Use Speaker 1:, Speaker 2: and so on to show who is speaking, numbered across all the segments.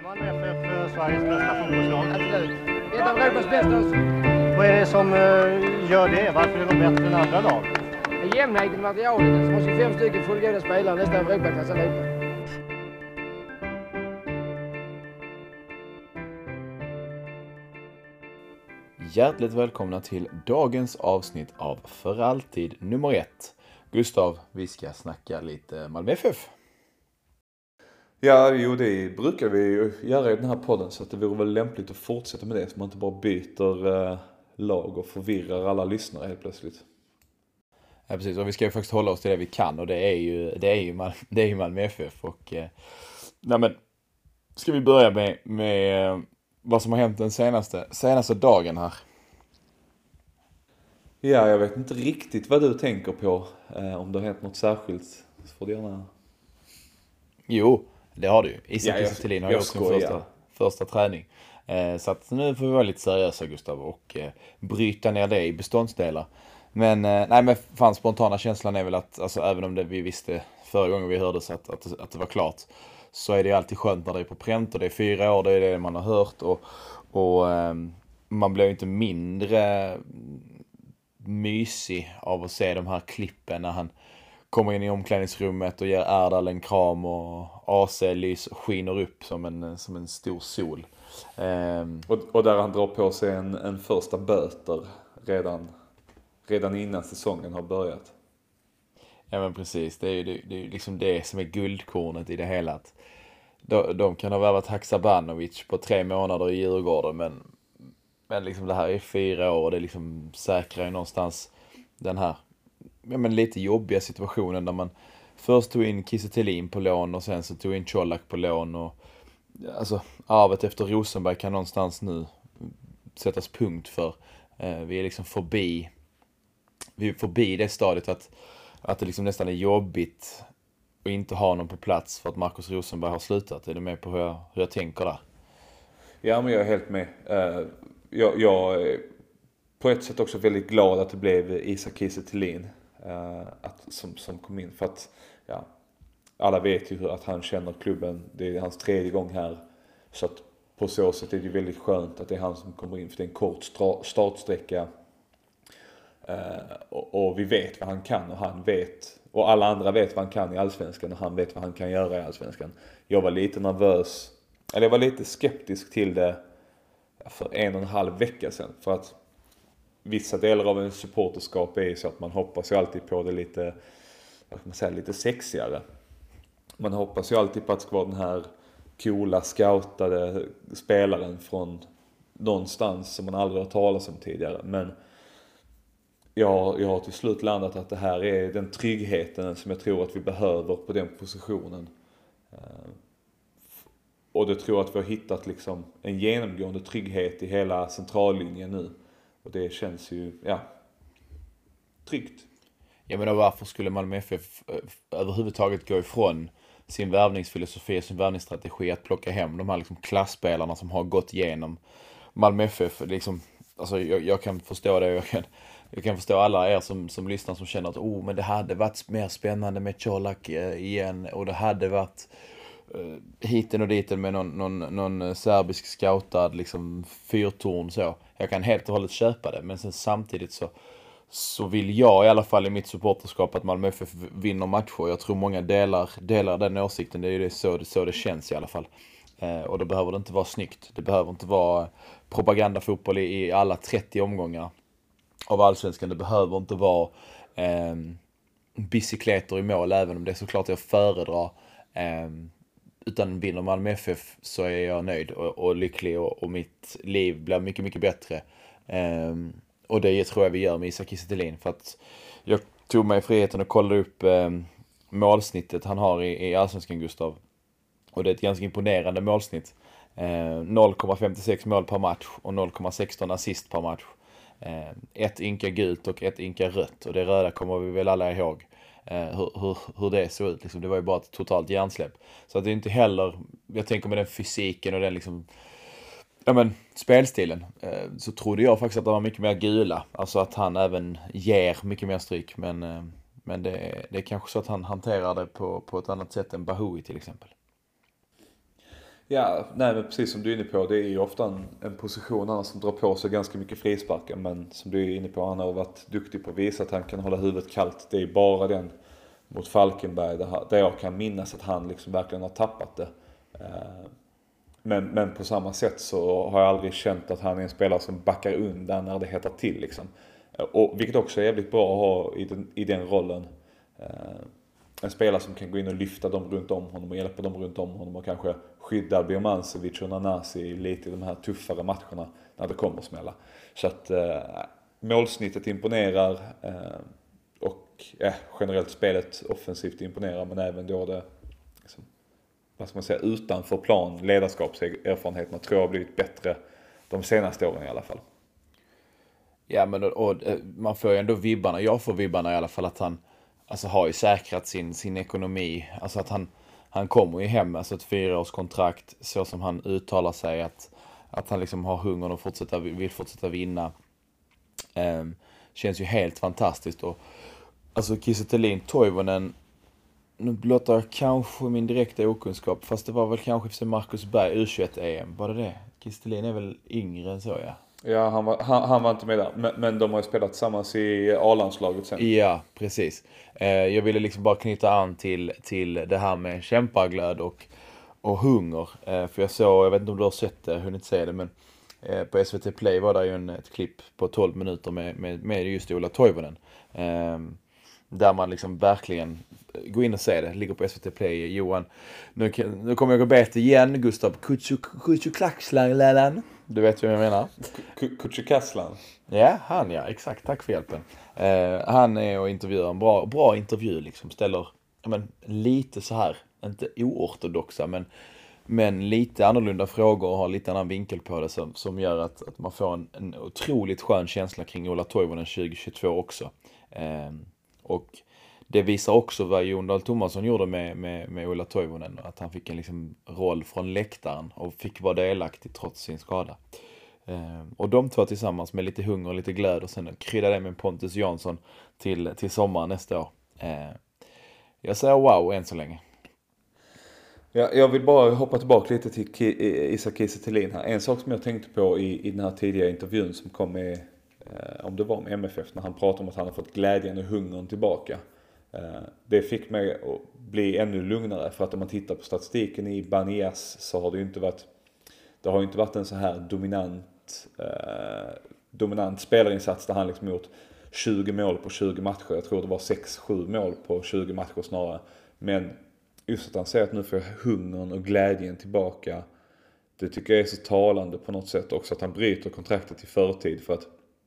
Speaker 1: Malmö FF Sveriges bästa fotbollslag?
Speaker 2: Absolut. Ett av Europas bästa också.
Speaker 1: Vad är det som gör det? Varför är de bättre än andra lag?
Speaker 2: Jämnheten i materialet. Som har 25 stycken fullgoda spelare nästan Europaklass allihopa.
Speaker 3: Hjärtligt välkomna till dagens avsnitt av För alltid nummer 1. Gustav, vi ska snacka lite Malmö FF.
Speaker 4: Ja, det brukar vi ju göra i den här podden, så att det vore väl lämpligt att fortsätta med det, så man inte bara byter lag och förvirrar alla lyssnare helt plötsligt.
Speaker 3: Ja, precis, och vi ska ju faktiskt hålla oss till det vi kan, och det är ju Malmö FF. Och ska vi börja med vad som har hänt den senaste dagen här?
Speaker 4: Ja, jag vet inte riktigt vad du tänker på, om det har hänt något särskilt, så får du gärna...
Speaker 3: Jo, det har du ju. Isak Kiese Thelin har
Speaker 4: jag
Speaker 3: gjort sin första träning. Så att nu får vi vara lite seriösa, Gustav, och bryta ner det i beståndsdelar. Men spontana känslan är väl att, alltså, även om vi visste förra gången vi hördes att det var klart, så är det alltid skönt när det är på pränt, och det är 4 år, det är det man har hört, och man blir ju inte mindre mysig av att se de här klippen när han kommer in i omklädningsrummet och ger Erdal en kram och AC-lys skiner upp som en stor sol.
Speaker 4: Och där han drar på sig en första böter redan innan säsongen har börjat.
Speaker 3: Ja, men precis, det är ju liksom det som är guldkornet i det hela. Att de kan ha värvat Haksabanovic på 3 månader i Djurgården, men liksom det här är 4 år, och det liksom säkrar ju någonstans den här lite jobbiga situationen där man först tog in Kiese Thelin på lån och sen så tog in Colak på lån, och alltså arvet efter Rosenberg kan någonstans nu sättas punkt för. Vi är liksom förbi det stadiet att det liksom nästan är jobbigt att inte ha någon på plats för att Marcus Rosenberg har slutat. Är du med på hur jag tänker där?
Speaker 4: Ja, men jag är helt med. Jag är på ett sätt också väldigt glad att det blev Isak Kiese Thelin som kom in, för att alla vet ju att han känner klubben. Det är hans 3:e gång här, så att på så sätt är det väldigt skönt att det är han som kommer in, för det är en kort startsträcka, och vi vet vad han kan, och han vet, och alla andra vet vad han kan i Allsvenskan, och han vet vad han kan göra i Allsvenskan. Jag var lite nervös, eller jag var lite skeptisk till det för 1,5 vecka sedan, för att vissa delar av en supporterskap är så att man hoppas ju alltid på det lite, vad kan man säga, lite sexigare. Man hoppas ju alltid på att det ska vara den här coola, scoutade spelaren från någonstans som man aldrig har talat om tidigare. Men jag har till slut landat att det här är den tryggheten som jag tror att vi behöver på den positionen. Och det tror jag att vi har hittat liksom en genomgående trygghet i hela centrallinjen nu. Och det känns ju, tryggt.
Speaker 3: Ja, men varför skulle Malmö FF överhuvudtaget gå ifrån sin värvningsfilosofi och sin värvningsstrategi att plocka hem de här liksom klassspelarna som har gått igenom Malmö FF? Liksom, alltså jag kan förstå det, jag kan förstå alla er som lyssnar som känner att men det hade varit mer spännande med Colak igen, och det hade varit hiten och diten med någon serbisk scoutad liksom fyrtorn så. Jag kan helt och hållet köpa det, men sen samtidigt så vill jag i alla fall i mitt supporterskap att Malmö FF vinner matcher. Jag tror många delar den åsikten. Det är ju så det känns i alla fall. Och då behöver det inte vara snyggt. Det behöver inte vara propagandafotboll i alla 30 omgångar av Allsvenskan. Det behöver inte vara bicykleter i mål, även om det är såklart jag föredrar. Utan vinner Malmö FF så är jag nöjd och lycklig, och mitt liv blir mycket, mycket bättre. Och det tror jag vi gör med Isak Kiese Thelin, för att jag tog mig friheten och kollade upp målsnittet han har i Allsvenskan, Gustav. Och det är ett ganska imponerande målsnitt. 0,56 mål per match och 0,16 assist per match. Ett ynka gult och ett ynka rött, och det röda kommer vi väl alla ihåg. Hur det såg ut liksom. Det var ju bara ett totalt hjärnsläpp. Så att det är inte heller, jag tänker med den fysiken och den liksom, spelstilen, så trodde jag faktiskt att det var mycket mer gula, alltså att han även ger mycket mer stryk, men det är kanske så att han hanterar det på ett annat sätt än Bahoui till exempel.
Speaker 4: Ja, nej men precis som du är inne på, det är ju ofta en position han som drar på sig ganska mycket frisparkar, men som du är inne på, han har varit duktig på att visa att han kan hålla huvudet kallt. Det är bara den mot Falkenberg där jag kan minnas att han liksom verkligen har tappat det. Men på samma sätt så har jag aldrig känt att han är en spelare som backar undan när det hettar till liksom. Och vilket också är jävligt bra att ha i den rollen. En spelare som kan gå in och lyfta dem runt om honom och hjälpa dem runt om honom och kanske skydda Birmancevic och Nanasi lite i de här tuffare matcherna när det kommer att smälla. Så att målsnittet imponerar och generellt spelet offensivt imponerar, men även då det liksom, vad ska man säga, utanför plan ledarskapserfarenheterna tror jag har blivit bättre de senaste åren i alla fall.
Speaker 3: Ja, men och man får ju ändå vibbarna, jag får vibbarna i alla fall att han alltså har ju säkrat sin ekonomi, alltså att han kommer ju hem, alltså ett 4-årskontrakt, så som han uttalar sig, att han liksom har hungern och vill fortsätta vinna. Känns ju helt fantastiskt. Och alltså Kiese Thelin, Toivonen, nu blottar jag kanske min direkta okunskap, fast det var väl kanske för Marcus Berg U21-EM, var det? Kiese Thelin är väl yngre än så, ja.
Speaker 4: Ja, han var inte med där. Men de har ju spelat tillsammans i A-landslaget sen.
Speaker 3: Ja, precis. Jag ville liksom bara knyta an till det här med kämpaglöd och hunger. För jag vet inte om du har sett det, hunnit se det, men på SVT Play var det ju ett klipp på 12 minuter med just Ola Toivonen. Där man liksom verkligen går in och ser det. Ligger på SVT Play. Johan, nu kommer jag gå bet igen. Gustav Kutsuklaxlan. Du vet vad jag menar.
Speaker 4: Kutsuklaxlan.
Speaker 3: Ja, han ja. Exakt. Tack för hjälpen. Han är och intervjuar en bra intervju. Liksom. Ställer lite så här, inte oortodoxa, men lite annorlunda frågor och har lite annan vinkel på det som gör att man får en otroligt skön känsla kring Ola Toivonen 2022 också. Och det visar också vad Jon Dahl Tomasson gjorde med Ola Toivonen, att han fick en liksom roll från läktaren och fick vara delaktig trots sin skada. Och de två tillsammans med lite hunger och lite glöd och sen krydda det med Pontus Jansson till sommaren nästa år. Jag säger wow än så länge.
Speaker 4: Ja, jag vill bara hoppa tillbaka lite till Isak Kiese Thelin här. En sak som jag tänkte på i den här tidiga intervjun som kom med, om det var med MFF, när han pratade om att han har fått glädjen och hungern tillbaka. Det fick mig att bli ännu lugnare, för att om man tittar på statistiken i Banias så har det ju inte varit en så här dominant spelarinsats där han liksom gjort 20 mål på 20 matcher. Jag tror det var 6-7 mål på 20 matcher snarare. Men just att han säger att nu får jag hungern och glädjen tillbaka, det tycker jag är så talande på något sätt också, att han bryter kontraktet i förtid. För att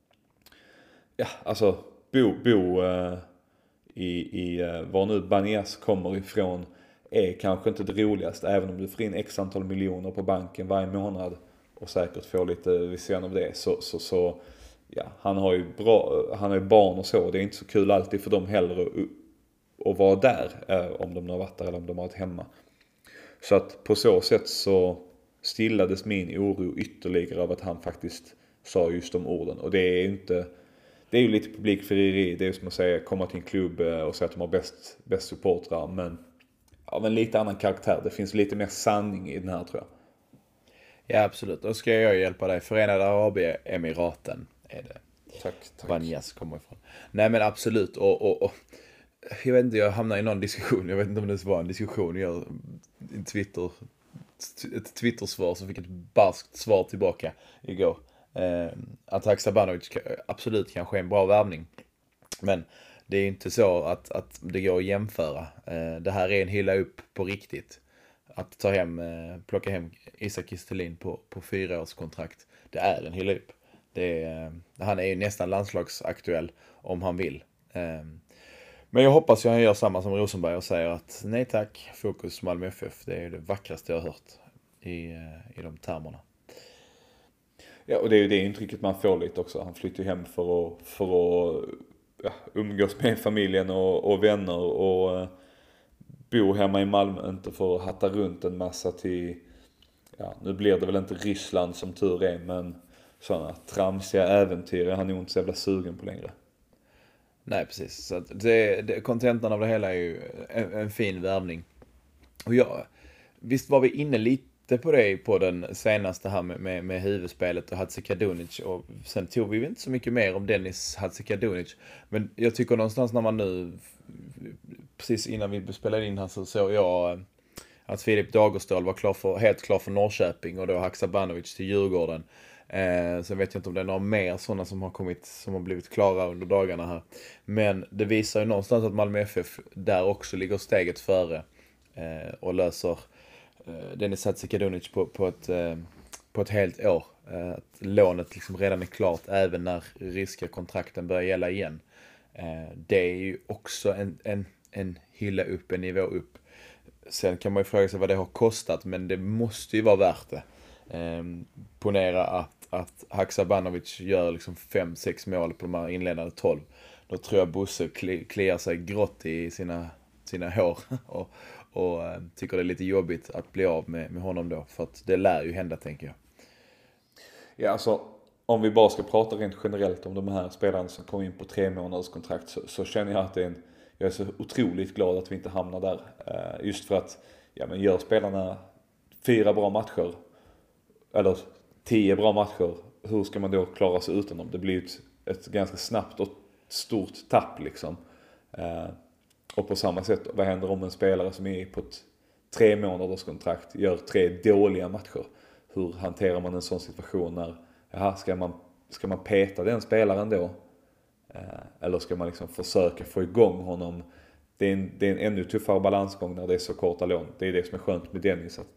Speaker 4: bo i var nu Banias kommer ifrån är kanske inte det roligaste, även om du får in x antal miljoner på banken varje månad och säkert får lite vid sidan av det, så han har ju barn och så, det är inte så kul alltid för dem heller att vara där, om de har varit där eller om de har varit hemma. Så att på så sätt så stillades min oro ytterligare av att han faktiskt sa just de orden. Och det är ju lite publikfrieri, det är ju som att säga komma till en klubb och säga att de har bäst supportrar, men av en lite annan karaktär. Det finns lite mer sanning i den här, tror jag.
Speaker 3: Ja, absolut. Då ska jag hjälpa dig. Förenade Arabemiraten är det.
Speaker 4: Tack.
Speaker 3: Banias kommer ifrån. Nej, men absolut. Och jag vet inte, jag hamnar i någon diskussion. Jag vet inte om det var en diskussion. Jag ett Twitter-svar som fick ett barskt svar tillbaka igår. Att Haksabanovic absolut kanske är en bra värvning. Men det är inte så att det går att jämföra. Det här är en hylla upp på riktigt. Att plocka hem Isak Kiese Thelin på 4-årskontrakt. Det är en hylla upp. Han är ju nästan landslagsaktuell om han vill. Men jag hoppas att han gör samma som Rosenberg och säger att nej tack, fokus Malmö FF. Det är det vackraste jag har hört i de termerna.
Speaker 4: Ja, och det är ju det intrycket man får lite också. Han flyttar hem för att umgås med familjen och vänner och bo hemma i Malmö, inte för att hatta runt en massa till, nu blir det väl inte Ryssland som tur är, men sådana tramsiga äventyr är han nog inte så jävla sugen på längre.
Speaker 3: Nej, precis. Så kontentan av det hela är ju en fin värvning. Och visst var vi inne lite lite på det på den senaste här med huvudspelet och Hadzikadunic. Och sen tog vi inte så mycket mer om Dennis Hadzikadunic. Men jag tycker någonstans när man nu, precis innan vi spelade in här, så såg jag att Filip Dagerstål var helt klar för Norrköping och då Haksabanovic till Djurgården. Sen vet jag inte om det är några mer sådana som har blivit klara under dagarna här. Men det visar ju någonstans att Malmö FF där också ligger steget före och löser Dennis Hadzikadunic på ett helt år. Att lånet liksom redan är klart även när ryska kontrakten börjar gälla igen. Det är ju också en hylla upp, en nivå upp. Sen kan man ju fråga sig vad det har kostat, men det måste ju vara värt det. Ponera att Haksabanovic gör liksom 5-6 mål på de här inledande 12. Då tror jag Bosse kliar sig grått i sina hår och tycker det är lite jobbigt att bli av med honom då. För att det lär ju hända, tänker jag.
Speaker 4: Ja, alltså om vi bara ska prata rent generellt om de här spelarna som kommer in på 3 månaders kontrakt, så känner jag att jag är så otroligt glad att vi inte hamnar där. Just för att, men gör spelarna 4 bra matcher eller 10 bra matcher, hur ska man då klara sig utan dem? Det blir ett ganska snabbt och stort tapp liksom. Och på samma sätt, vad händer om en spelare som är på ett 3 månaders kontrakt gör 3 dåliga matcher? Hur hanterar man en sån situation när, ska man peta den spelaren då? Eller ska man liksom försöka få igång honom? Det är en ännu tuffare balansgång när det är så korta lån. Det är det som är skönt med Dennis, att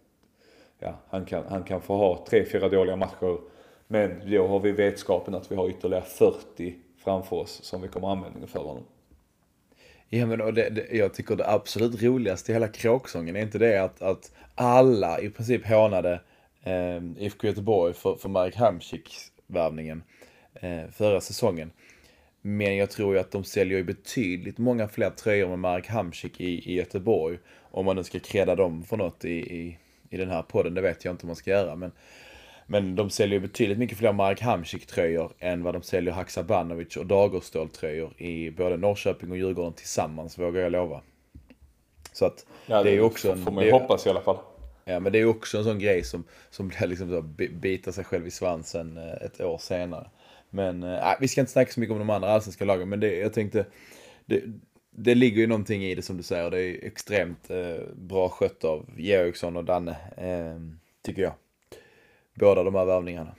Speaker 4: han kan få ha 3-4 dåliga matcher, men då har vi vetskapen att vi har ytterligare 40 framför oss som vi kommer användning för honom.
Speaker 3: Ja, men och jag tycker det absolut roligaste i hela kråksången är inte det att alla i princip hånade IFK Göteborg för Marek Hamsik-värvningen förra säsongen. Men jag tror ju att de säljer ju betydligt många fler tröjor med Marek Hamsik i Göteborg. Om man nu ska kreda dem för något i den här podden, det vet jag inte om man ska göra. Men de säljer ju betydligt mycket fler Marek Hamsik-tröjor än vad de säljer Haksabanovic och Dagerstål-tröjor i både Norrköping och Djurgården tillsammans, vågar jag lova. Så att det är ju också
Speaker 4: får man ju hoppas i alla fall.
Speaker 3: Ja, men det är ju också en sån grej som blir liksom så bita sig själv i svansen ett år senare. Men vi ska inte snacka så mycket om de andra allsvenska lagen, men jag tänkte det ligger ju någonting i det som du säger. Det är extremt bra skött av Georgsson och Danne, tycker jag. Båda de här värvningarna.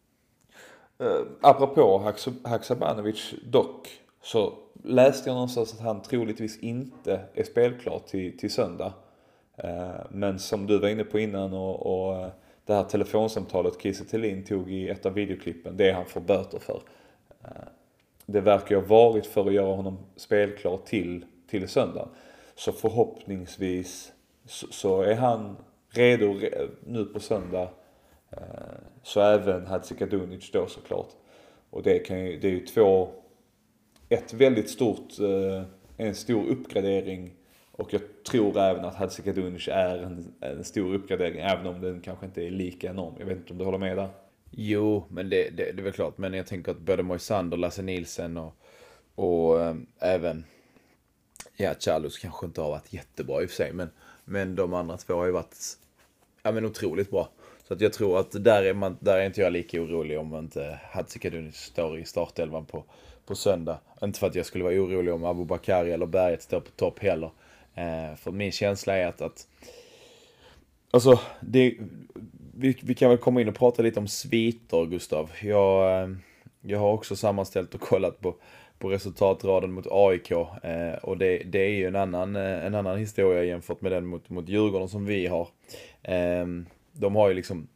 Speaker 4: Apropå Haksabanovic dock, så läste jag någonstans att han troligtvis inte är spelklar till söndag. Men som du var inne på innan och det här telefonsamtalet Kiese Thelin tog i ett av videoklippen, det han får böter för. Det verkar ju ha varit för att göra honom spelklar till söndag. Så förhoppningsvis så är han redo nu på söndag. Så även Hadzikadunic då såklart. Och det är ju ett väldigt stort, en stor uppgradering. Och jag tror även att Hadzikadunic är en stor uppgradering, även om den kanske inte är lika enorm. Jag vet inte om du håller med där.
Speaker 3: Jo, men det är väl klart. Men jag tänker att både Moisander, Lasse Nilsen och även Chalus kanske inte har varit jättebra i och för sig. Men de andra två har ju varit otroligt bra. Så att jag tror att där är inte jag lika orolig om inte Hadzikadunic står i startelvan på söndag. Inte för att jag skulle vara orolig om Abubakari eller Berget står på topp heller. För min känsla är att alltså vi kan väl komma in och prata lite om sviter, Gustav. Jag har också sammanställt och kollat på resultatraden mot AIK, och det är ju en annan historia jämfört med den mot Djurgården som vi har. De har ju liksom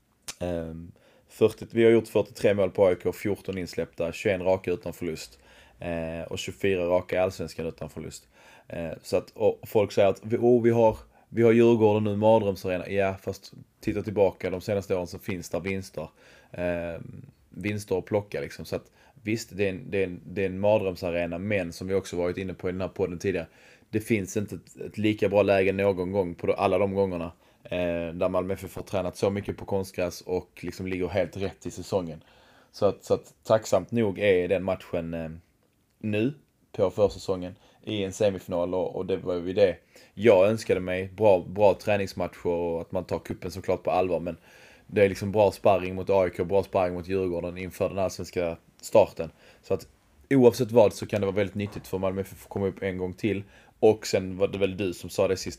Speaker 3: vi har gjort 43 mål på AIK, 14 insläppta, 21 raka utan förlust och 24 raka i allsvenskan utan förlust. Så att folk säger att vi har Djurgården nu, mardrömsarena. Ja, fast titta tillbaka de senaste åren så finns det vinster att plocka liksom. Så att visst, det är en mardrömsarena, men som vi också varit inne på i den här podden tidigare, det finns inte ett lika bra läge någon gång på alla de gångerna där Malmö FF har tränat så mycket på konstgräs och liksom ligger helt rätt i säsongen. Så att tacksamt nog är den matchen nu på försäsongen i en semifinal och det var ju det jag önskade mig. Bra träningsmatcher och att man tar kuppen såklart på allvar, men det är liksom bra sparring mot AIK, bra sparring mot Djurgården inför den här svenska starten. Så att oavsett vad så kan det vara väldigt nyttigt för Malmö FF att komma upp en gång till. Och sen var det väl du som sa det sist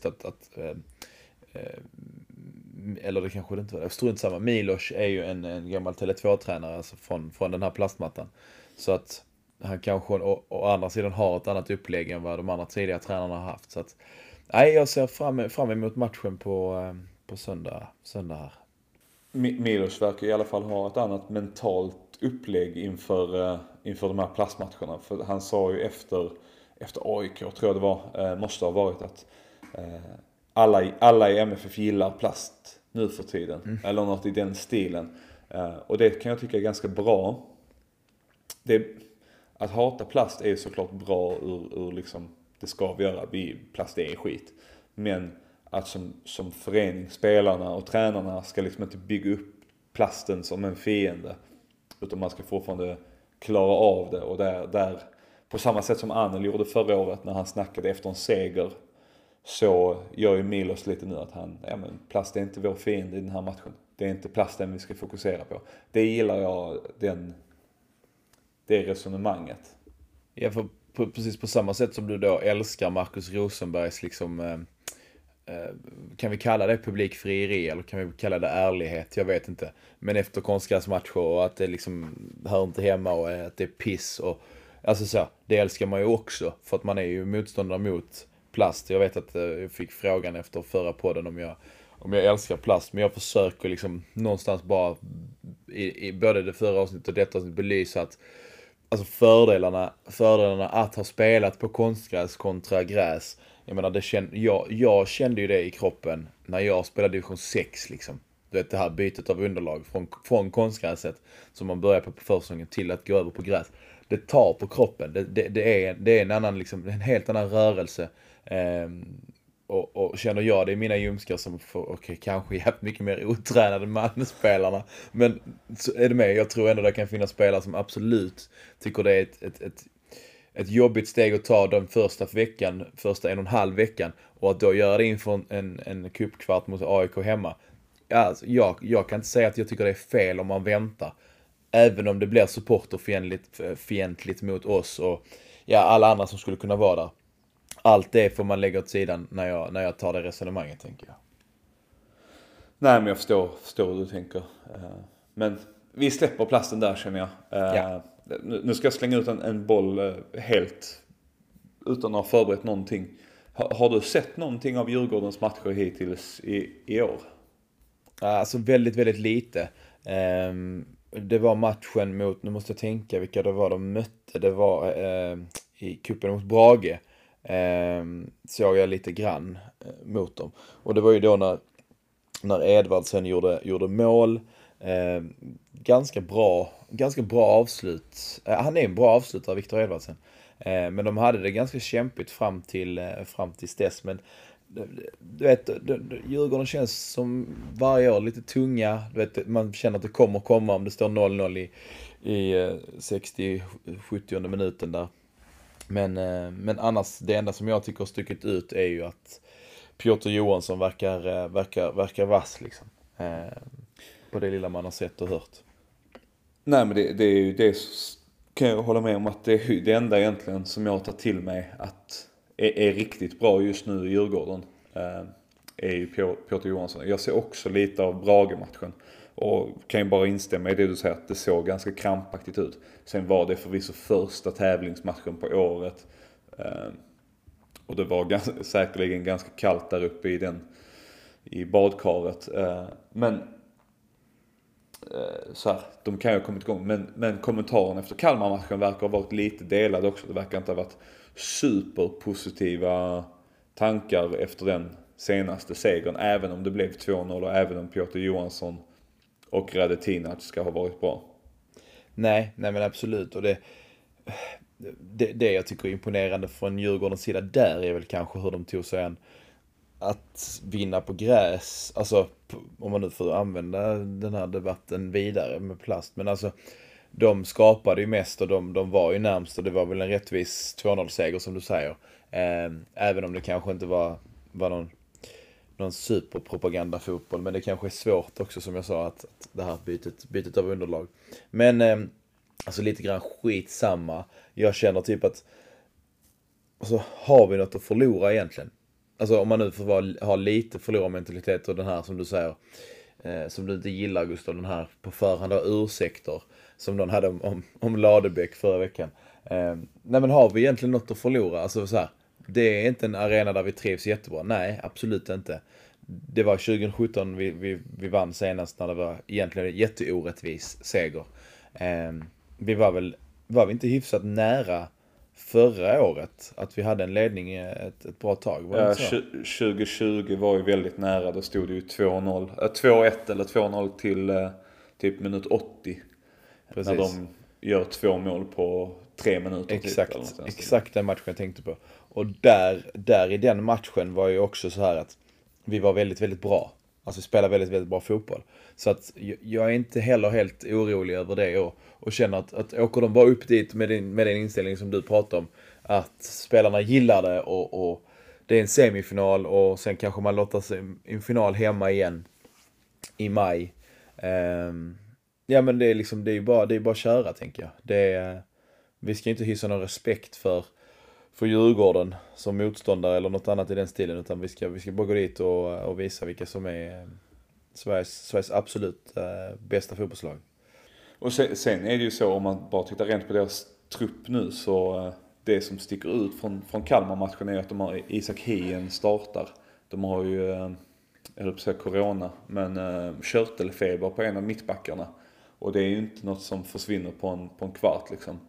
Speaker 3: eller det kanske det inte var, jag tror inte samma. Milos är ju en gammal Tele2-tränare alltså från den här plastmattan. Så att han kanske å andra sidan har ett annat upplägg än vad de andra tidigare tränarna har haft. Så att, nej, jag ser fram emot matchen på söndag här.
Speaker 4: Milos verkar i alla fall ha ett annat mentalt upplägg inför de här plastmatcherna. För han sa ju efter AIK, tror jag det var, måste ha varit att alla i MFF gillar plast nu för tiden. Eller något i den stilen. Och det kan jag tycka är ganska bra. Att hata plast är såklart bra ur liksom, det ska vi göra. Plast är skit. Men att som föreningsspelarna och tränarna ska liksom inte bygga upp plasten som en fiende. Utan man ska fortfarande klara av det. Och där på samma sätt som Anel gjorde förra året när han snackade efter en seger, så gör ju Milos lite nu att plast är inte vår fiende i den här matchen. Det är inte plasten vi ska fokusera på. Det gillar jag, det resonemanget.
Speaker 3: Ja, för precis på samma sätt som du då älskar Marcus Rosenbergs liksom, kan vi kalla det publikfrieri eller kan vi kalla det ärlighet? Jag vet inte. Men efter konstgräsmatcher och att det liksom hör inte hemma och att det är piss och alltså så, det älskar man ju också för att man är ju motståndare mot plast. Jag vet att jag fick frågan efter förra podden om jag älskar plast, men jag försöker liksom någonstans bara i både det förra avsnittet och detta avsnitt belysa att alltså fördelarna att ha spelat på konstgräs kontra gräs. Jag menar, jag kände ju det i kroppen när jag spelade division 6 liksom. Du vet, det här bytet av underlag från konstgräset som man börjar på försäsongen till att gå över på gräs. Det tar på kroppen. Det är en annan liksom, en helt annan rörelse. Och känner jag det i mina ljumskar som kanske jävligt mycket mer otränade Malmö-spelarna. Men så är det med. Jag tror ändå det kan finnas spelare som absolut tycker det är ett jobbigt steg att ta den första 1,5 veckan. Och att då göra det inför en cupkvart mot AIK hemma. Alltså, jag kan inte säga att jag tycker det är fel om man väntar. Även om det blir supporterfientligt mot oss och alla andra som skulle kunna vara där. Allt det får man lägga åt sidan när jag tar det resonemanget, tänker jag.
Speaker 4: Nej, men jag förstår hur du tänker. Men vi släpper plasten där, känner jag. Nu ska jag slänga ut en boll helt utan att ha förberett någonting. Har du sett någonting av Djurgårdens matcher hittills i år?
Speaker 3: Alltså väldigt, väldigt lite. Det var matchen mot, nu måste jag tänka vilka det var de mötte. Det var i kuppen mot Brage. Såg jag lite grann mot dem. Och det var ju då när Edvardsen gjorde mål. Ganska bra avslut. Han är en bra avslutare, Victor Edvardsen. Men de hade det ganska kämpigt fram till dess. Men du vet, Djurgården känns som varje år lite tunga. Du vet, man känner att det kommer komma om det står 0-0 i 60-70 minuten där. Men annars, det enda som jag tycker har stuckit ut är ju att Piotr Johansson verkar vass liksom. På det lilla man har sett och hört.
Speaker 4: Nej, men det kan jag hålla med om att det enda egentligen som jag tar till mig att är riktigt bra just nu i Djurgården är ju Piotr Johansson. Jag ser också lite av Brage-matchen och kan ju bara instämma i det du säger att det såg ganska krampaktigt ut. Sen var det förvisso första tävlingsmatchen på året och det var säkerligen ganska kallt där uppe i badkaret. Men så här, de kan ju ha kommit igång. Men kommentaren efter Kalmar-matchen verkar ha varit lite delad också. Det verkar inte ha varit superpositiva tankar efter den senaste segern. Även om det blev 2-0 och även om Piotr Johansson och Radetinac ska ha varit bra. Nej
Speaker 3: men absolut. Och det jag tycker är imponerande från Djurgårdens sida där är väl kanske hur de tog sig an att vinna på gräs. Alltså, om man nu får använda den här debatten vidare med plast. Men alltså, de skapade ju mest och de var ju närmst och det var väl en rättvis 2-0-seger som du säger. Även om det kanske inte var någon superpropagandafotboll. Men det kanske är svårt också, som jag sa, att det här bytet av underlag. Men alltså lite grann skitsamma. Jag känner typ att alltså, har vi något att förlora egentligen? Alltså om man nu får ha lite förlorarmentalitet och den här som du säger, som du inte gillar, Gustav, den här på förhand av ursäkter som någon hade om Ladebäck förra veckan. Nej, men har vi egentligen något att förlora? Alltså så här, det är inte en arena där vi trivs jättebra. Nej, absolut inte. Det var 2017 vi vann senast, när det var egentligen en jätteorättvis seger. Var vi inte hyfsat nära förra året att vi hade en ledning ett bra tag? Var det så?
Speaker 4: 2020 var ju väldigt nära. Då stod det ju 2-1 eller 2-0 till typ minut 80. Precis. När de gör 2 mål på 3 minuter.
Speaker 3: Exakt den matchen jag tänkte på. Och där i den matchen var ju också så här att vi var väldigt, väldigt bra. Alltså spelade väldigt, väldigt bra fotboll. Så att jag är inte heller helt orolig över det och känner att åker de bara upp dit med den inställning som du pratar om, att spelarna gillar det och det är en semifinal och sen kanske man låter sig en final hemma igen i maj. Ja, men det är bara att köra, tänker jag. Vi ska inte hysa någon respekt för Djurgården som motståndare eller något annat i den stilen, utan vi ska bara gå dit och visa vilka som är Sveriges absolut bästa fotbollslag.
Speaker 4: Och sen är det ju så, om man bara tittar rent på deras trupp nu, så det som sticker ut från Kalmar-matchen är att de har Isak Hien startar. De har ju, jag höll på att säga corona, men körtelfeber på en av mittbackarna. Och det är ju inte något som försvinner på en kvart liksom.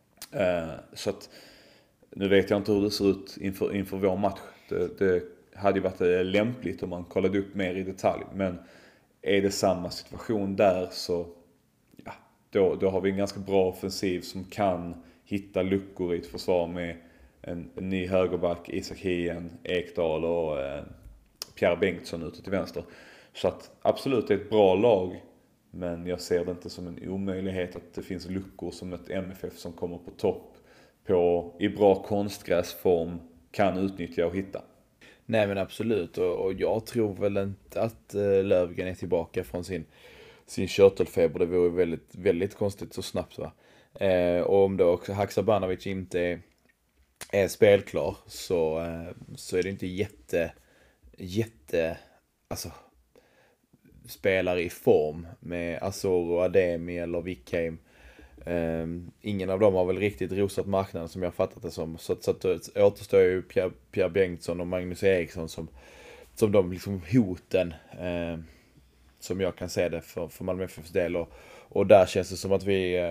Speaker 4: Så att nu vet jag inte hur det ser ut inför vår match. Det hade ju varit lämpligt om man kollade upp mer i detalj. Men är det samma situation där, så ja, då har vi en ganska bra offensiv som kan hitta luckor i ett försvar med en ny högerback, Isak Hien, Ekdal och Pierre Bengtsson ute till vänster. Så att absolut, det är ett bra lag. Men jag ser det inte som en omöjlighet att det finns luckor som ett MFF som kommer på topp i bra konstgräsform kan utnyttja och hitta.
Speaker 3: Nej, men absolut. Och jag tror väl inte att Löfgren är tillbaka från sin körtelfeber. Det vore väldigt, väldigt konstigt så snabbt, va? Och om då också Haksabanovic inte är spelklar, så är det inte jätte alltså spelare i form med Asoro, Ademi eller Wickheim. Ingen av dem har väl riktigt rosat marknaden, som jag fattat det som. Så återstår ju Pierre Bengtsson och Magnus Eriksson som de liksom hoten, som jag kan se det för Malmö FFs del. Och där känns det som att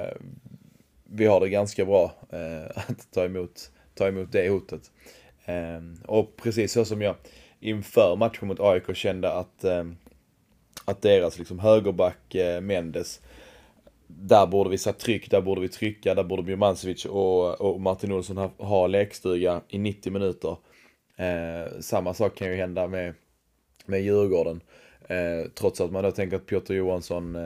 Speaker 3: vi har det ganska bra att ta emot det hotet. Och precis så som jag inför matchen mot AIK kände att deras liksom högerback Mendes, där borde vi sätta tryck, där borde vi trycka, där borde Bjurmancevic och Martin Olsson ha lekstuga i 90 minuter. Samma sak kan ju hända med Djurgården. Trots att man då tänker att Piotr Johansson,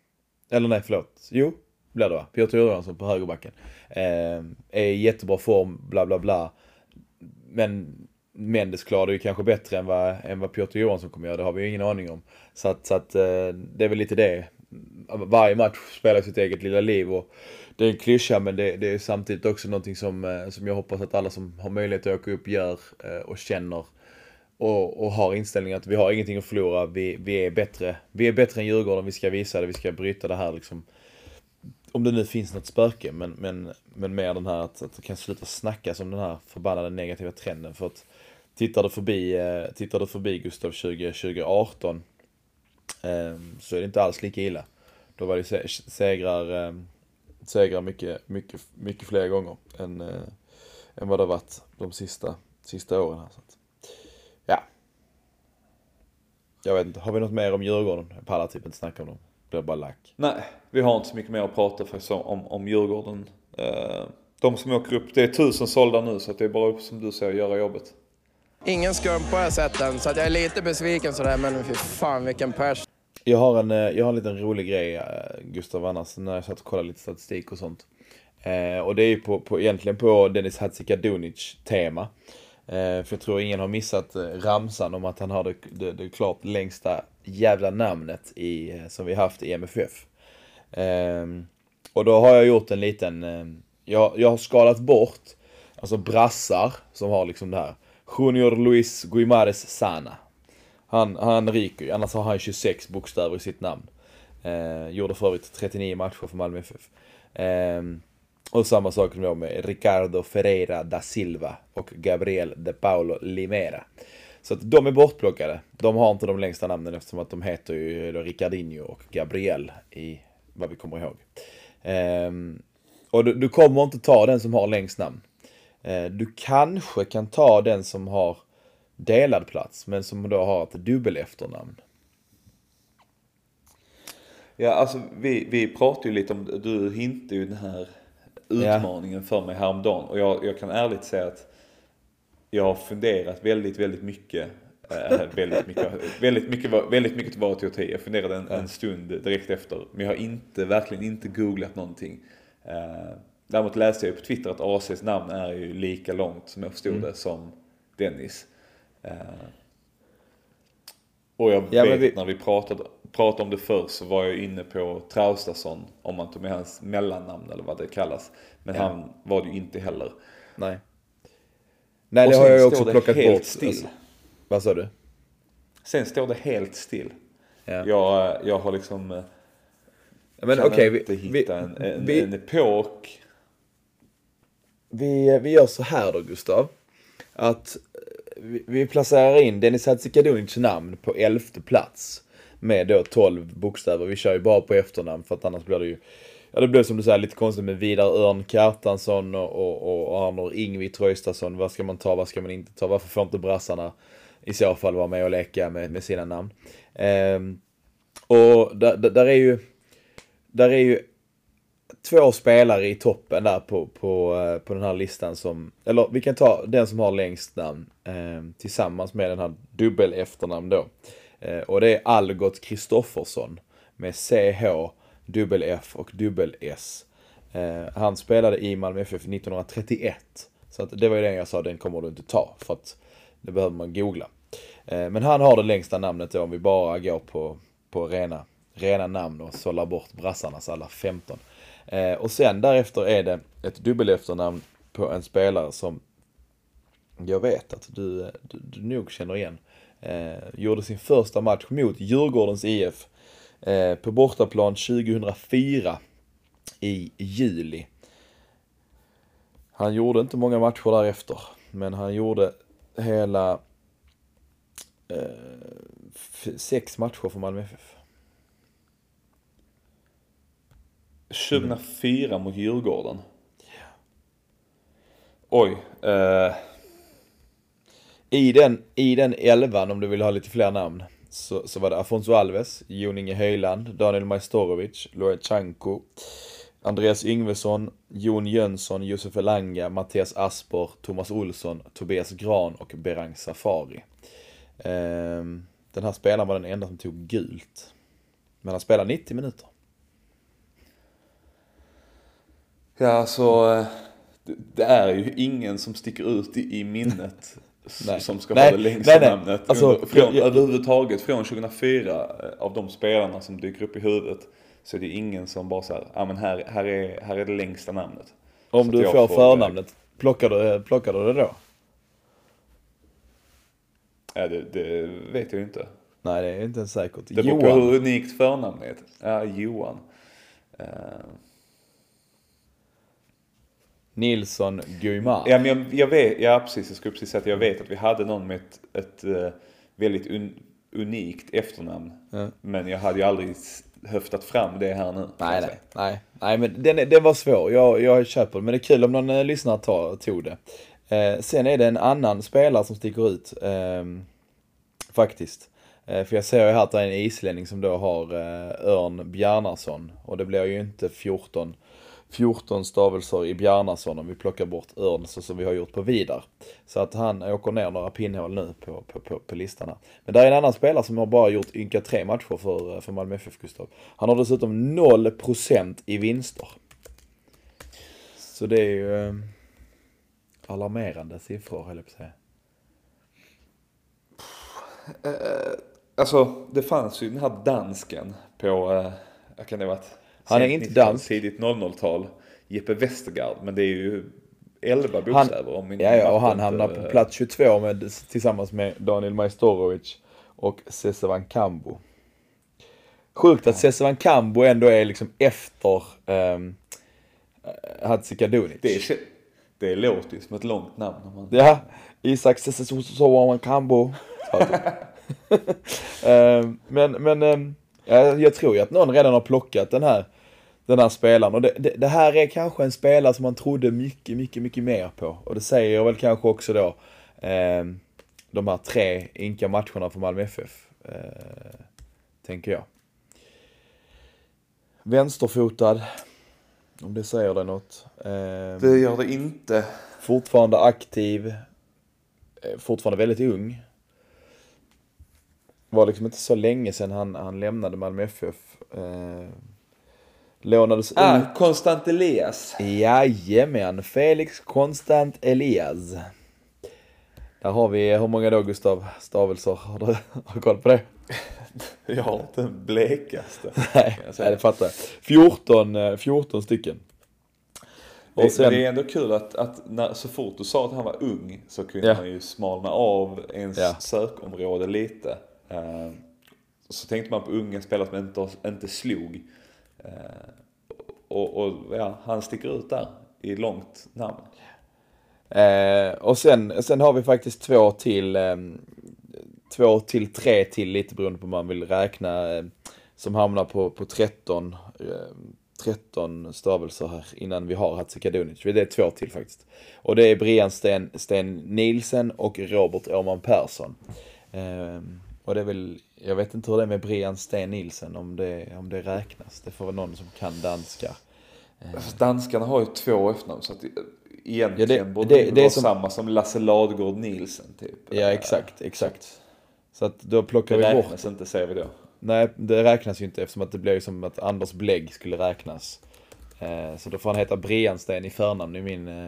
Speaker 3: blir det va? Piotr Johansson på högerbacken är i jättebra form, bla bla bla. Men Mendes klarar det ju kanske bättre än vad Piotr Johansson kommer göra. Det har vi ju ingen aning om. Så att det är väl lite det. Varje match spelar sitt eget lilla liv, och det är en klyscha, men det är samtidigt också någonting som jag hoppas att alla som har möjlighet att åka upp gör och känner och har inställningen att vi har ingenting att förlora. Vi är bättre än Djurgården, vi ska visa det, vi ska bryta det här liksom. Om det nu finns något spöke, men mer den här att det kan sluta snackas om den här förbannade negativa trenden. För att tittar du förbi Gustav 2018, så är det inte alls lika illa. Då var det segrar mycket fler gånger än vad det har varit de sista åren här. Så att, ja. Jag vet inte, har vi något mer om Djurgården? Jag pallar typ inte snacka om dem. Det blir bara lack.
Speaker 4: Nej, vi har inte så mycket mer att prata faktiskt om Djurgården. De som åker upp, det är 1000 sålda nu, så att det är bara upp, som du säger, göra jobbet.
Speaker 2: Ingen skum på jag sett den, så att jag är lite besviken sådär, men fy fan vilken pers.
Speaker 3: Jag har en liten rolig grej, Gustav, annars när jag satt och kollade lite statistik och sånt. Och det är ju egentligen på Dennis Hadzikadunic tema. För jag tror ingen har missat ramsan om att han har det klart längsta jävla namnet som vi haft i MFF. Och då har jag gjort en liten... Jag har skalat bort alltså brassar som har liksom det här. Junior Luis Guimares Sana. Han ryker ju, annars har han 26 bokstäver i sitt namn. Gjorde förut 39 matcher för Malmö FF. Och samma sak då med Ricardo Ferreira da Silva och Gabriel de Paulo Limera. Så att de är bortplockade. De har inte de längsta namnen eftersom att de heter ju Ricardinho och Gabriel i vad vi kommer ihåg. Och du kommer inte ta den som har längst namn. Du kanske kan ta den som har delad plats men som då har ett dubbel efternamn.
Speaker 4: Ja, alltså vi pratar ju lite om, du hintar ju den här utmaningen för mig häromdagen. Och jag kan ärligt säga att jag har funderat väldigt mycket. Väldigt mycket var till 10. Jag funderade en stund direkt efter. Men jag har verkligen inte googlat någonting. Däremot läste jag på Twitter att ACs namn är ju lika långt som jag förstod det som Dennis. Och jag vet när vi pratade om det förr så var jag inne på Traustason om man tog med hans mellannamn eller vad det kallas. Men han var det ju inte heller.
Speaker 3: Nej, det har jag också plockat bort.
Speaker 4: Still.
Speaker 3: Alltså, vad sa du?
Speaker 4: Sen står det helt still.
Speaker 3: Ja.
Speaker 4: Jag har liksom...
Speaker 3: Men
Speaker 4: okej, inte hitta en epok.
Speaker 3: Vi gör så här då, Gustav. Att vi placerar in Dennis Hadzikadunics namn på 11:e plats. Med då 12 bokstäver. Vi kör ju bara på efternamn för att annars blir det ju... Ja, det blev som du säger lite konstigt med Vidar Örn Kjartansson och Arnor Ingvi Tröjstason. Vad ska man ta, vad ska man inte ta? Varför får inte brassarna i så fall vara med och leka med sina namn? Och där är ju 2 spelare i toppen där på den här listan som... Eller vi kan ta den som har längst namn tillsammans med den här dubbel efternamn då. Och det är Algot Kristoffersson med CH, dubbel F och dubbel S. Han spelade i Malmö FF 1931. Så att det var ju den jag sa, den kommer du inte ta för att det behöver man googla. Men han har det längsta namnet då om vi bara går på rena namn och sållar bort brassarnas alla 15. Och sen därefter är det ett dubbel efternamn på en spelare som jag vet att du nog känner igen. Gjorde sin första match mot Djurgårdens IF på bortaplan 2004 i juli. Han gjorde inte många matcher därefter, men han gjorde hela 6 matcher för Malmö FF.
Speaker 4: 2004 mot Djurgården. Oj.
Speaker 3: I den 11, om du vill ha lite fler namn, så var det Afonso Alves, Jon Inge Höjland, Daniel Majstorovic, Lorentjanko, Andreas Yngvesson, Jon Jönsson, Josef Elanga, Mattias Asper, Thomas Olsson, Tobias Gran och Berang Safari. Den här spelaren var den enda som tog gult. Men han spelade 90 minuter.
Speaker 4: Ja, så det är ju ingen som sticker ut i minnet som ska ha det längsta namnet.
Speaker 3: Alltså,
Speaker 4: överhuvudtaget från 2004 av de spelarna som dyker upp i huvudet så är det ingen som bara säger men här är det längsta namnet.
Speaker 3: Om du får förnamnet, plockar du det då?
Speaker 4: Ja, det vet jag inte.
Speaker 3: Nej, det är inte ens säkert.
Speaker 4: Det beror på hur unikt förnamnet är. Ja, Johan.
Speaker 3: Nilsson Guimar.
Speaker 4: Ja, men jag vet, precis. Jag skulle precis säga att jag vet att vi hade någon med ett väldigt unikt efternamn. Ja. Men jag hade ju aldrig höftat fram det här nu. Nej, men den var svår. Jag köper det, men det är kul om någon lyssnare tog det. Sen är det en annan spelare som sticker ut. Faktiskt. För jag ser ju här att det är en islänning som då har Örn Bjarnason. Och det blir ju inte 14 stavelser i Bjarnason om vi plockar bort Örn så som vi har gjort på Vidar. Så att han åker ner några pinnhål nu på listan här. Men där är en annan spelare som har bara gjort ynka 3 matcher för Malmö FF, Gustav. Han har dessutom 0% i vinster.
Speaker 3: Så det är ju alarmerande siffror, höll jag på att säga.
Speaker 4: Alltså, det fanns ju den här dansken på, jag kan det ha varit
Speaker 3: Han är
Speaker 4: sent
Speaker 3: inte
Speaker 4: 90-tal,
Speaker 3: dansk.
Speaker 4: tidigt 00-tal. Jeppe Westergaard, men det är ju 11 bokstäver om min
Speaker 3: Ja, och
Speaker 4: matte
Speaker 3: han
Speaker 4: inte-
Speaker 3: hamnar på plats 22 tillsammans med Daniel Majstorovic och Sessevan Kambo. Sjukt att Sessevan Kambo ändå är liksom efter Hadzikadunic.
Speaker 4: Det låter ju som ett långt namn. Om man...
Speaker 3: Ja, Isak Sessevan Kambo. Jag tror ju att någon redan har plockat den här spelaren. Och det här är kanske en spelare som man trodde mycket mer på. Och det säger jag väl kanske också då de här 3 inka matcherna för Malmö FF. Tänker jag. Vänsterfotad, om det säger det något.
Speaker 4: Det gör det inte.
Speaker 3: Fortfarande aktiv. Fortfarande väldigt ung. Var liksom inte så länge sedan han lämnade Malmö FF. Lånades ut.
Speaker 4: Konstant Elias.
Speaker 3: Jajamän, Felix Konstant Elias. Där har vi, hur många då, Gustav stavelser? Har du koll på det?
Speaker 4: Jag har inte den blekaste.
Speaker 3: Nej, det fattar jag. 14 stycken.
Speaker 4: Och sen, det är ändå kul att så fort du sa att han var ung så kunde man ju smalna av ens sökområde lite. Så tänkte man på unga spelare som inte slog. Och han sticker ut där i långt namn.
Speaker 3: Och sen har vi faktiskt 2 till 3 till, lite beroende på om man vill räkna, som hamnar på 13 stavelser här innan vi har Hadzikadunic. Det är 2 till faktiskt. Och det är Brian Sten Nielsen och Robert Åman Persson. Och det är väl, jag vet inte hur det är med Brian Sten Nielsen, om det räknas. Det får väl någon som kan danska.
Speaker 4: Danskarna har ju 2 efternamn, så att egentligen borde det vara samma som Lasse Ladgård Nielsen typ.
Speaker 3: Ja, exakt. Så att då plockar vi bort.
Speaker 4: Det räknas inte, säger vi då.
Speaker 3: Nej, det räknas ju inte, eftersom att det blir ju som att Anders Blägg skulle räknas. Så då får han heta Briansten i förnamn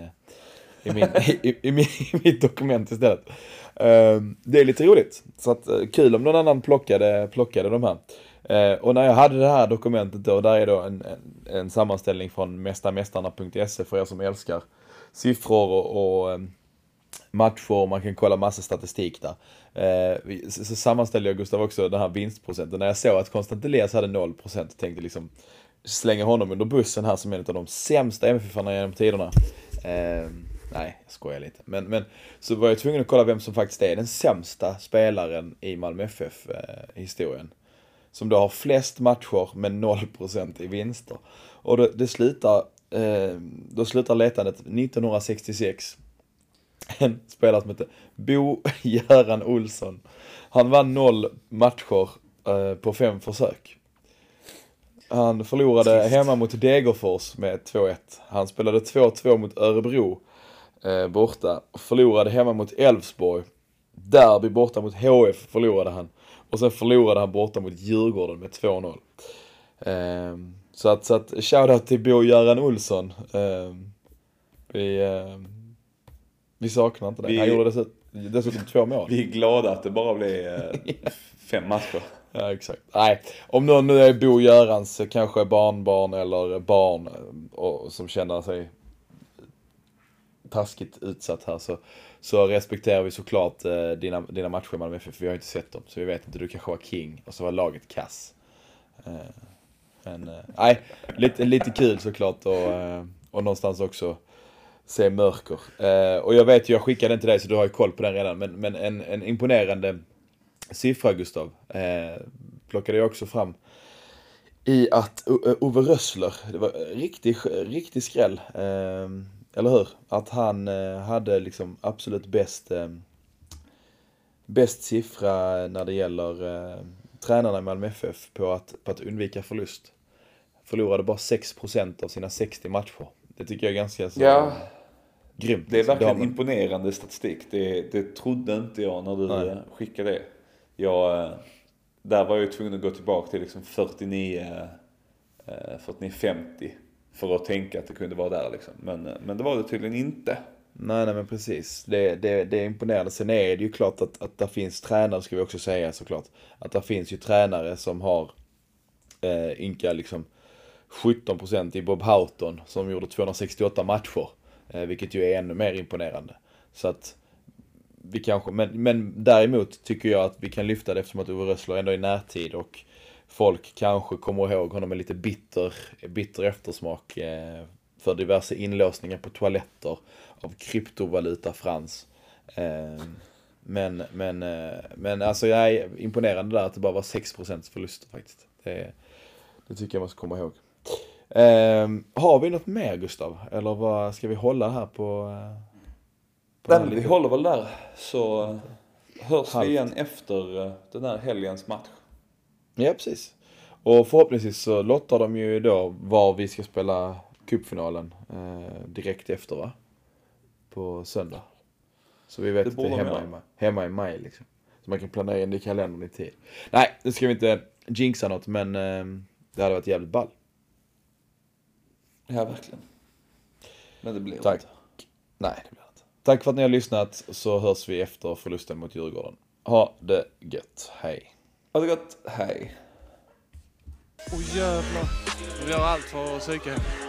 Speaker 3: i mitt dokument istället. Det är lite roligt. Så att kul om någon annan plockade de här. Och när jag hade det här dokumentet då, där är då en sammanställning från mästarmästarna.se för er som älskar siffror och matcher, man kan kolla massa statistik där. Så sammanställde jag, Gustav, också den här vinstprocenten. När jag såg att Konstant Elias hade 0%, tänkte liksom slänga honom under bussen här som en av de sämsta MFF-arna genom tiderna. Nej, jag skojar lite. Men så var jag tvungen att kolla vem som faktiskt är den sämsta spelaren i Malmö FF-historien. Som då har flest matcher med 0% i vinster. Och då slutar letandet 1966. En spelare som heter Bo-Göran Olsson. Han vann 0 matcher på 5 försök. Han förlorade hemma mot Degerfors med 2-1. Han spelade 2-2 mot Örebro borta. Förlorade hemma mot Elfsborg. Derby borta mot HF förlorade han. Och sen förlorade han borta mot Djurgården med 2-0. Så att shoutout till Bo-Göran Olsson. Vi saknar inte det. Han gjorde dessutom 2 mål.
Speaker 4: Vi är glada att det bara blev 5 matcher.
Speaker 3: Ja, exakt. Nej, om någon nu är Bo-Görans kanske barnbarn eller barn och som känner sig taskigt utsatt här, så respekterar vi såklart dina matcher med Malmö FF, för vi har inte sett dem, så vi vet inte, du kanske var king och så var laget kass. Men nej, lite kul såklart och någonstans också se mörker. Och jag vet ju, jag skickade den till dig så du har ju koll på den redan, men en imponerande siffra, Gustav, plockade jag också fram i att Ove Rössler, det var riktig skräll, eller hur? Att han hade liksom absolut bäst siffra när det gäller tränarna i Malmö FF på att undvika förlust. Förlorade bara 6% av sina 60 matcher. Det tycker jag är ganska så grymt.
Speaker 4: Det är verkligen imponerande statistik. Det trodde inte jag när du skickade det. Där var jag tvungen att gå tillbaka till liksom 49-50 för att tänka att det kunde vara där liksom. Men det var det tydligen inte.
Speaker 3: Nej men precis. Det är imponerande. Sen är det ju klart att det finns tränare, ska vi också säga såklart. Att det finns ju tränare som har ynka liksom 17% i Bob Houghton som gjorde 268 matcher. Vilket ju är ännu mer imponerande. Så att vi kanske, men däremot tycker jag att vi kan lyfta det eftersom att Ove Rössler ändå är i närtid och folk kanske kommer ihåg honom med lite bitter eftersmak för diverse inlåsningar på toaletter av kryptovaluta Frans. Men alltså jag är imponerande där att det bara var 6% förluster faktiskt. Det tycker jag man ska komma ihåg. Har vi något mer, Gustav? Eller vad ska vi hålla här på
Speaker 4: Men vi håller väl där, så hörs vi igen efter den här helgens match.
Speaker 3: Ja, precis. Och förhoppningsvis så lottar de ju då var vi ska spela cupfinalen direkt efter, va? På söndag. Så vi vet att det är hemma i maj liksom. Så man kan planera in det i kalendern i tid. Nej, nu ska vi inte jinxa något, men det hade varit jävligt ball.
Speaker 4: Ja, verkligen. Men det blir
Speaker 3: Tack.
Speaker 4: inte.
Speaker 3: Nej, det blir inte. Tack för att ni har lyssnat, så hörs vi efter förlusten mot Djurgården. Ha det gött. Hej.
Speaker 4: Ha det gott. Hej.
Speaker 5: Åh jävlar. Vi gör allt för att psyka hem.